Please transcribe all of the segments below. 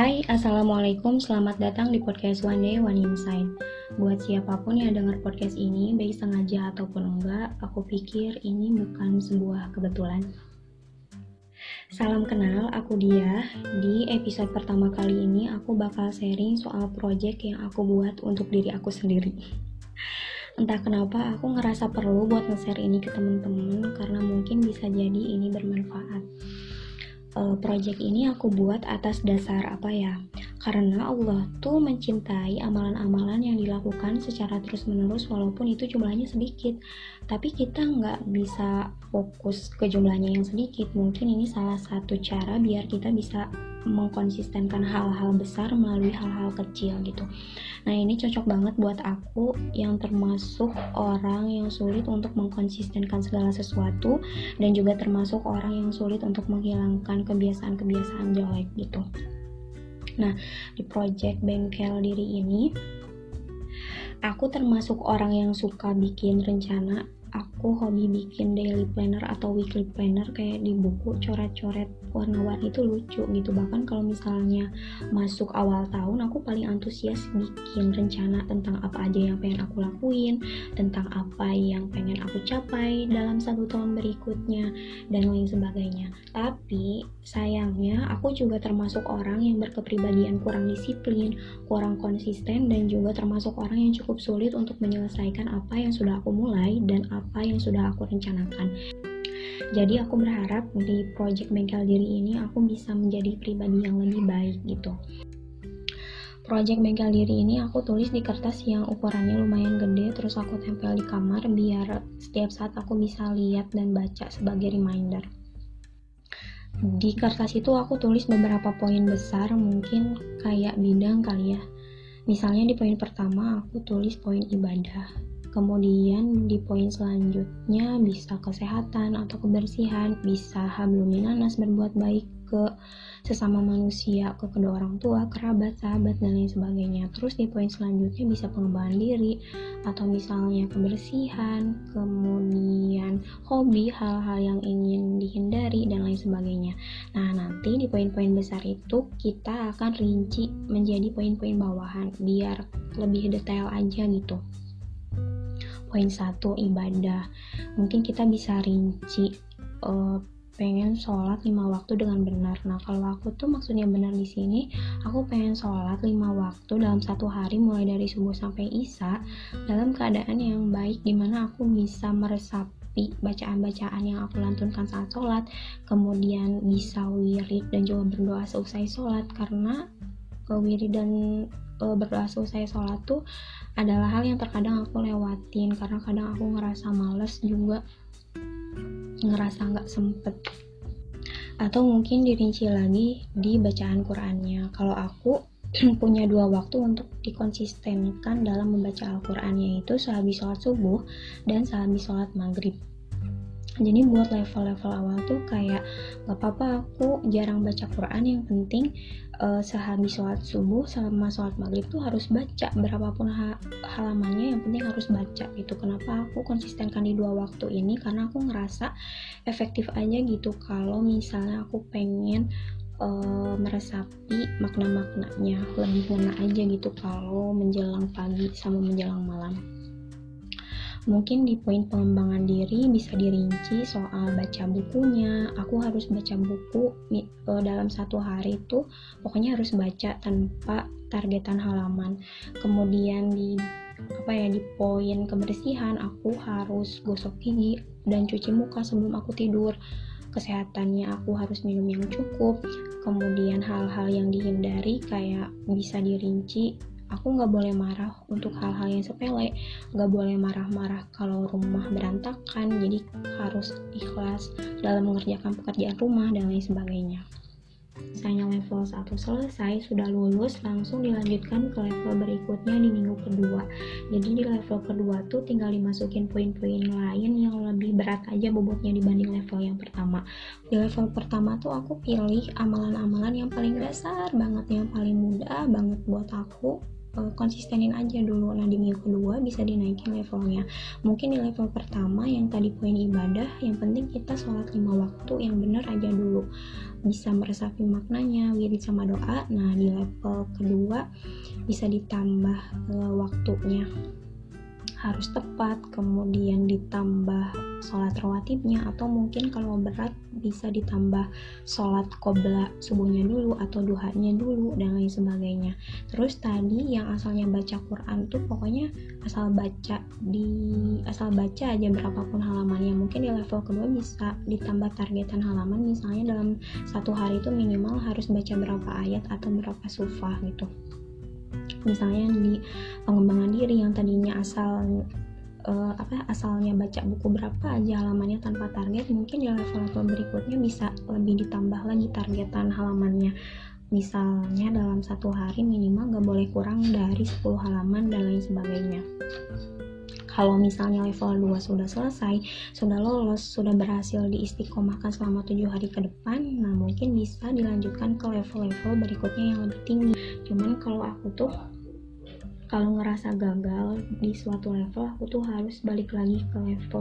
Hai, Assalamualaikum, selamat datang di podcast One Day One Insight. Buat siapapun yang dengar podcast ini, baik sengaja ataupun enggak, aku pikir ini bukan sebuah kebetulan. Salam kenal, aku Dia. Di episode pertama kali ini, aku bakal sharing soal project yang aku buat untuk diri aku sendiri. Entah kenapa aku ngerasa perlu buat nge-share ini ke temen-temen, karena mungkin bisa jadi ini bermanfaat. Project ini aku buat atas dasar apa ya? Karena Allah tuh mencintai amalan-amalan yang dilakukan secara terus-menerus walaupun itu jumlahnya sedikit. Tapi kita nggak bisa fokus ke jumlahnya yang sedikit. Mungkin ini salah satu cara biar kita bisa mengkonsistenkan hal-hal besar melalui hal-hal kecil gitu. Nah, ini cocok banget buat aku yang termasuk orang yang sulit untuk mengkonsistenkan segala sesuatu dan juga termasuk orang yang sulit untuk menghilangkan kebiasaan-kebiasaan jelek gitu. Nah, di project bengkel diri ini aku termasuk orang yang suka bikin rencana. Aku hobi bikin daily planner atau weekly planner kayak di buku, coret-coret warna-warni itu lucu gitu. Bahkan kalau misalnya masuk awal tahun, aku paling antusias bikin rencana tentang apa aja yang pengen aku lakuin, tentang apa yang pengen aku capai dalam 1 tahun berikutnya, dan lain sebagainya. Tapi sayangnya aku juga termasuk orang yang berkepribadian kurang disiplin, kurang konsisten, dan juga termasuk orang yang cukup sulit untuk menyelesaikan apa yang sudah aku mulai dan apa yang sudah aku rencanakan. Jadi aku berharap di project bengkel diri ini aku bisa menjadi pribadi yang lebih baik gitu. Project bengkel diri ini aku tulis di kertas yang ukurannya lumayan gede, terus aku tempel di kamar biar setiap saat aku bisa lihat dan baca sebagai reminder. Di kertas itu aku tulis beberapa poin besar, mungkin kayak bidang kali ya. Misalnya di poin pertama aku tulis poin ibadah. Kemudian di poin selanjutnya bisa kesehatan atau kebersihan, bisa hablum minanas, berbuat baik ke sesama manusia, ke kedua orang tua, kerabat, sahabat, dan lain sebagainya. Terus di poin selanjutnya bisa pengembangan diri, atau misalnya kebersihan, kemudian hobi, hal-hal yang ingin dihindari, dan lain sebagainya. Nah, nanti di poin-poin besar itu kita akan rinci menjadi poin-poin bawahan, biar lebih detail aja gitu. Poin 1, ibadah. Mungkin kita bisa rinci pengen sholat 5 waktu dengan benar. Nah, kalau aku tuh maksudnya benar di sini, aku pengen sholat 5 waktu dalam 1 hari mulai dari subuh sampai isya dalam keadaan yang baik, dimana aku bisa meresapi bacaan-bacaan yang aku lantunkan saat sholat, kemudian bisa wirid dan juga berdoa seusai sholat, karena wirid dan berdoa selesai sholat tuh adalah hal yang terkadang aku lewatin karena kadang aku ngerasa males, juga ngerasa gak sempet. Atau mungkin dirinci lagi di bacaan Qur'annya. Kalau aku punya 2 waktu untuk dikonsistenkan dalam membaca Al-Quran, yaitu sehabis sholat subuh dan sehabis sholat maghrib. Jadi buat level-level awal tuh kayak gak apa-apa aku jarang baca Quran, yang penting sehabis sholat subuh sama sholat maghrib tuh harus baca berapapun halamannya, yang penting harus baca gitu. Kenapa aku konsistenkan di 2 waktu ini? Karena aku ngerasa efektif aja gitu kalau misalnya aku pengen meresapi makna-maknanya, lebih ngena aja gitu kalau menjelang pagi sama menjelang malam. Mungkin di poin pengembangan diri bisa dirinci soal baca bukunya. Aku harus baca buku dalam 1 hari itu pokoknya harus baca tanpa targetan halaman. Kemudian di poin kebersihan aku harus gosok gigi dan cuci muka sebelum aku tidur. Kesehatannya aku harus minum yang cukup. Kemudian hal-hal yang dihindari kayak bisa dirinci, aku gak boleh marah untuk hal-hal yang sepele, gak boleh marah-marah kalau rumah berantakan, jadi harus ikhlas dalam mengerjakan pekerjaan rumah dan lain sebagainya. Misalnya level 1 selesai, sudah lulus, langsung dilanjutkan ke level berikutnya di minggu kedua. Jadi di level kedua tuh tinggal dimasukin poin-poin lain yang lebih berat aja bobotnya dibanding level yang pertama. Di level pertama tuh aku pilih amalan-amalan yang paling dasar banget, yang paling mudah banget buat aku konsistenin aja dulu. Nah di minggu kedua bisa dinaikin levelnya. Mungkin di level pertama yang tadi poin ibadah, yang penting kita sholat 5 waktu yang benar aja dulu, bisa meresapi maknanya, wirid sama doa. Nah di level kedua bisa ditambah waktunya harus tepat, kemudian ditambah sholat rawatibnya, atau mungkin kalau berat bisa ditambah sholat qobla subuhnya dulu atau duhanya dulu dan lain sebagainya. Terus tadi yang asalnya baca Quran tuh pokoknya asal baca aja berapapun halamannya. Mungkin di level kedua bisa ditambah targetan halaman, misalnya dalam satu hari itu minimal harus baca berapa ayat atau berapa sufah gitu. Misalnya di pengembangan diri yang tadinya asalnya baca buku berapa aja halamannya tanpa target, mungkin di level-level berikutnya bisa lebih ditambah lagi targetan halamannya. Misalnya dalam satu hari minimal gak boleh kurang dari 10 halaman dan lain sebagainya. Kalau misalnya level 2 sudah selesai, sudah lolos, sudah berhasil diistiqomahkan selama 7 hari ke depan, nah mungkin bisa dilanjutkan ke level-level berikutnya yang lebih tinggi. Cuman kalau aku tuh kalau ngerasa gagal di suatu level, aku tuh harus balik lagi ke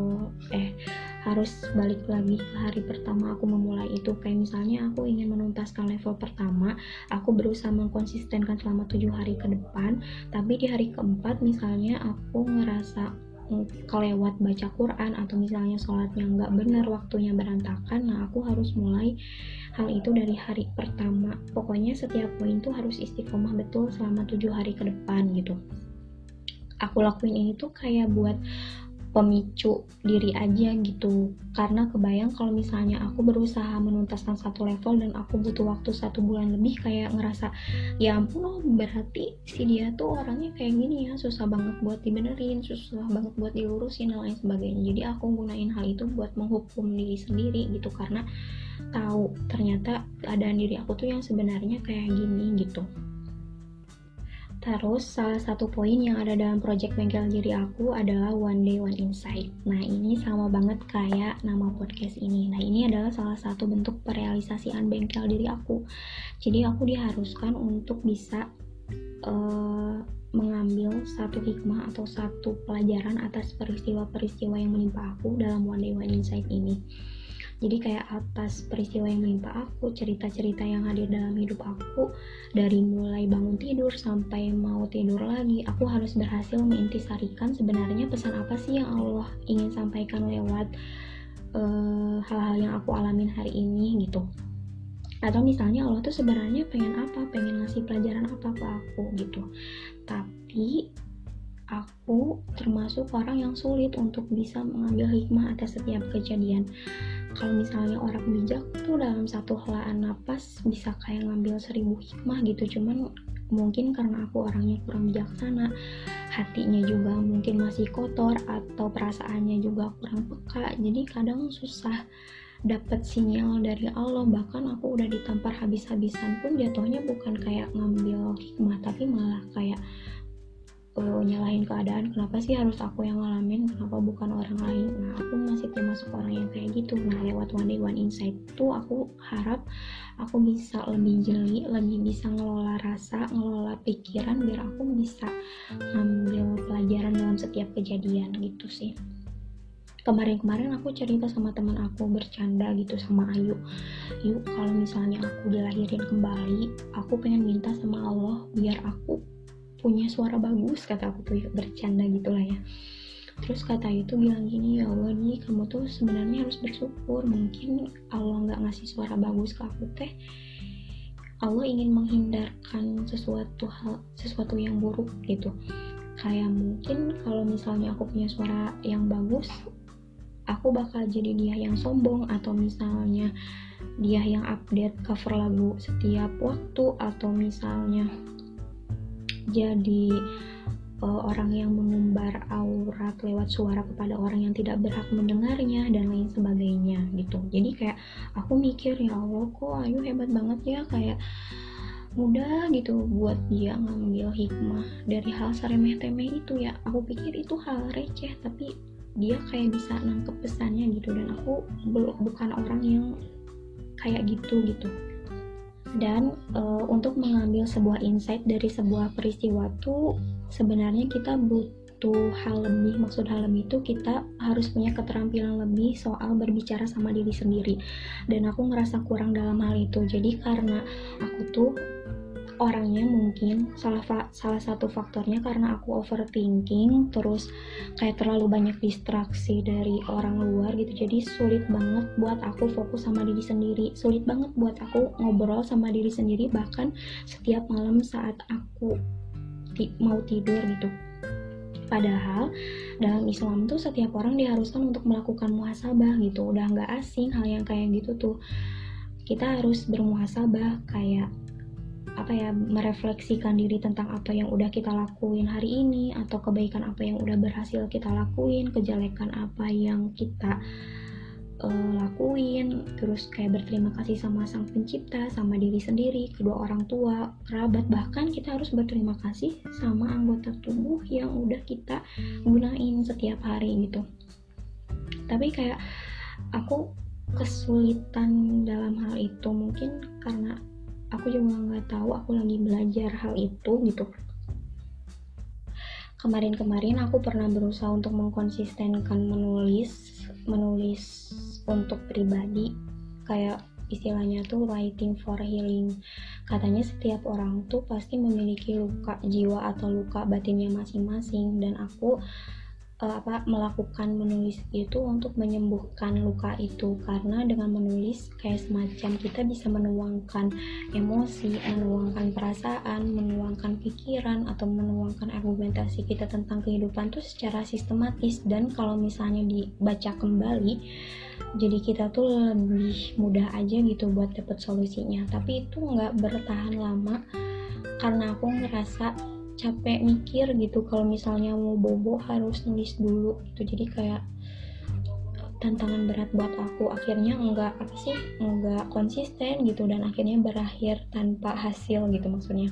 hari pertama aku memulai itu. Kayak misalnya aku ingin menuntaskan level pertama, aku berusaha mengkonsistenkan selama 7 hari ke depan, tapi di hari keempat misalnya aku ngerasa kelewat baca Quran atau misalnya sholatnya nggak benar, waktunya berantakan, nah aku harus mulai hal itu dari hari pertama. Pokoknya setiap poin tuh harus istiqomah betul selama 7 hari ke depan gitu. Aku lakuin ini tuh kayak buat pemicu diri aja gitu, karena kebayang kalau misalnya aku berusaha menuntaskan satu level dan aku butuh waktu 1 bulan lebih, kayak ngerasa ya ampun, berarti si dia tuh orangnya kayak gini ya, susah banget buat dibenerin, susah banget buat dilurusin dan lain sebagainya. Jadi aku gunain hal itu buat menghukum diri sendiri gitu, karena tahu ternyata keadaan diri aku tuh yang sebenarnya kayak gini gitu. Terus salah satu poin yang ada dalam project bengkel diri aku adalah One Day One Insight. Nah ini sama banget kayak nama podcast ini. Nah ini adalah salah satu bentuk perealisasian bengkel diri aku. Jadi aku diharuskan untuk bisa mengambil satu hikmah atau satu pelajaran atas peristiwa-peristiwa yang menimpa aku dalam One Day One Insight ini. Jadi kayak atas peristiwa yang menimpa aku, cerita-cerita yang hadir dalam hidup aku, dari mulai bangun tidur sampai mau tidur lagi, aku harus berhasil mengintisarikan sebenarnya pesan apa sih yang Allah ingin sampaikan lewat hal-hal yang aku alamin hari ini gitu. Atau misalnya Allah tuh sebenarnya pengen ngasih pelajaran apa ke aku gitu. Tapi aku termasuk orang yang sulit untuk bisa mengambil hikmah atas setiap kejadian. Kalau misalnya orang bijak tuh dalam satu helaan napas bisa kayak ngambil 1000 hikmah gitu, cuman mungkin karena aku orangnya kurang bijaksana, hatinya juga mungkin masih kotor atau perasaannya juga kurang peka, jadi kadang susah dapat sinyal dari Allah. Bahkan aku udah ditampar habis-habisan pun jatuhnya bukan kayak ngambil hikmah, tapi malah kayak nyalahin keadaan, kenapa sih harus aku yang ngalamin, kenapa bukan orang lain. Nah aku masih termasuk orang yang kayak gitu. Nah lewat One Day One Insight tuh aku harap aku bisa lebih jeli, lebih bisa ngelola rasa, ngelola pikiran, biar aku bisa ngambil pelajaran dalam setiap kejadian gitu sih. Kemarin aku cerita sama teman aku, bercanda gitu sama Ayu, yuk kalau misalnya aku dilahirin kembali, aku pengen minta sama Allah biar aku punya suara bagus, kata aku tuh bercanda gitulah ya. Terus kata itu bilang gini, ya Allah nih kamu tuh sebenarnya harus bersyukur, mungkin Allah nggak ngasih suara bagus ke aku teh Allah ingin menghindarkan sesuatu yang buruk gitu. Kayak mungkin kalau misalnya aku punya suara yang bagus, aku bakal jadi dia yang sombong, atau misalnya dia yang update cover lagu setiap waktu, atau misalnya jadi orang yang mengumbar aurat lewat suara kepada orang yang tidak berhak mendengarnya dan lain sebagainya gitu. Jadi kayak aku mikir, ya Allah kok Ayu hebat banget ya, kayak mudah gitu buat dia ngambil hikmah dari hal seremeh-temeh itu ya. Aku pikir itu hal receh, tapi dia kayak bisa nangkep pesannya gitu, dan aku bukan orang yang kayak gitu. Dan untuk mengambil sebuah insight dari sebuah peristiwa tuh sebenarnya kita butuh hal lebih. Maksud hal lebih itu kita harus punya keterampilan lebih soal berbicara sama diri sendiri, dan aku ngerasa kurang dalam hal itu. Jadi karena aku tuh orangnya, mungkin salah satu faktornya karena aku overthinking, terus kayak terlalu banyak distraksi dari orang luar gitu, jadi sulit banget buat aku fokus sama diri sendiri, sulit banget buat aku ngobrol sama diri sendiri, bahkan setiap malam saat aku mau tidur gitu. Padahal dalam Islam tuh setiap orang diharuskan untuk melakukan muhasabah gitu, udah nggak asing hal yang kayak gitu tuh. Kita harus bermuhasabah, kayak merefleksikan diri tentang apa yang udah kita lakuin hari ini, atau kebaikan apa yang udah berhasil kita lakuin, kejelekan apa yang kita lakuin, terus kayak berterima kasih sama sang pencipta, sama diri sendiri, kedua orang tua, kerabat, bahkan kita harus berterima kasih sama anggota tubuh yang udah kita gunain setiap hari gitu. Tapi kayak aku kesulitan dalam hal itu, mungkin karena aku juga nggak tahu, aku lagi belajar hal itu gitu. Kemarin aku pernah berusaha untuk mengkonsistenkan menulis untuk pribadi, kayak istilahnya tuh writing for healing. Katanya setiap orang tuh pasti memiliki luka jiwa atau luka batinnya masing-masing, dan aku melakukan menulis itu untuk menyembuhkan luka itu, karena dengan menulis kayak semacam kita bisa menuangkan emosi, menuangkan perasaan, menuangkan pikiran, atau menuangkan argumentasi kita tentang kehidupan tuh secara sistematis. Dan kalau misalnya dibaca kembali, jadi kita tuh lebih mudah aja gitu buat dapet solusinya. Tapi itu nggak bertahan lama karena aku ngerasa capek mikir gitu, kalau misalnya mau bobo harus nulis dulu gitu. Jadi kayak tantangan berat buat aku, akhirnya nggak konsisten gitu, dan akhirnya berakhir tanpa hasil gitu maksudnya.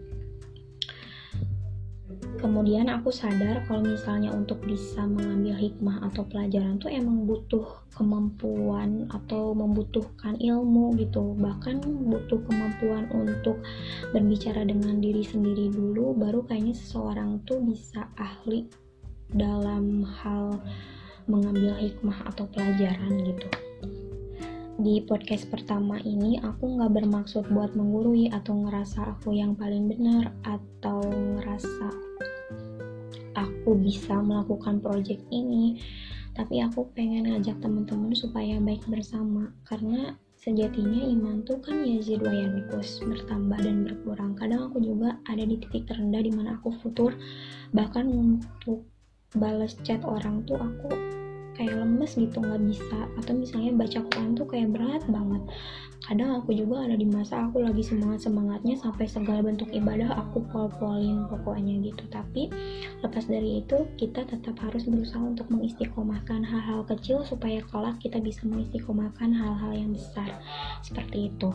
Kemudian aku sadar kalau misalnya untuk bisa mengambil hikmah atau pelajaran tuh emang butuh kemampuan atau membutuhkan ilmu gitu, bahkan butuh kemampuan untuk berbicara dengan diri sendiri dulu, baru kayaknya seseorang tuh bisa ahli dalam hal mengambil hikmah atau pelajaran gitu. Di podcast pertama ini aku gak bermaksud buat menggurui atau ngerasa aku yang paling benar, atau ngerasa aku bisa melakukan project ini, tapi aku pengen ngajak teman-teman supaya baik bersama, karena sejatinya iman tuh kan yazid wa yanqus, bertambah dan berkurang. Kadang aku juga ada di titik terendah dimana aku futur, bahkan untuk balas chat orang tuh aku kayak lemes gitu, nggak bisa. Atau misalnya baca Quran tuh kayak berat banget. Kadang aku juga ada di masa aku lagi semangatnya sampai segala bentuk ibadah aku pol-polin pokoknya gitu. Tapi lepas dari itu, kita tetap harus berusaha untuk mengistiqomahkan hal-hal kecil supaya kelak kita bisa mengistiqomahkan hal-hal yang besar. Seperti itu.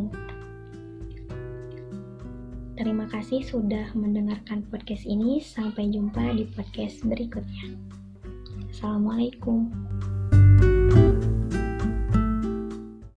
Terima kasih sudah mendengarkan podcast ini. Sampai jumpa di podcast berikutnya. Assalamualaikum.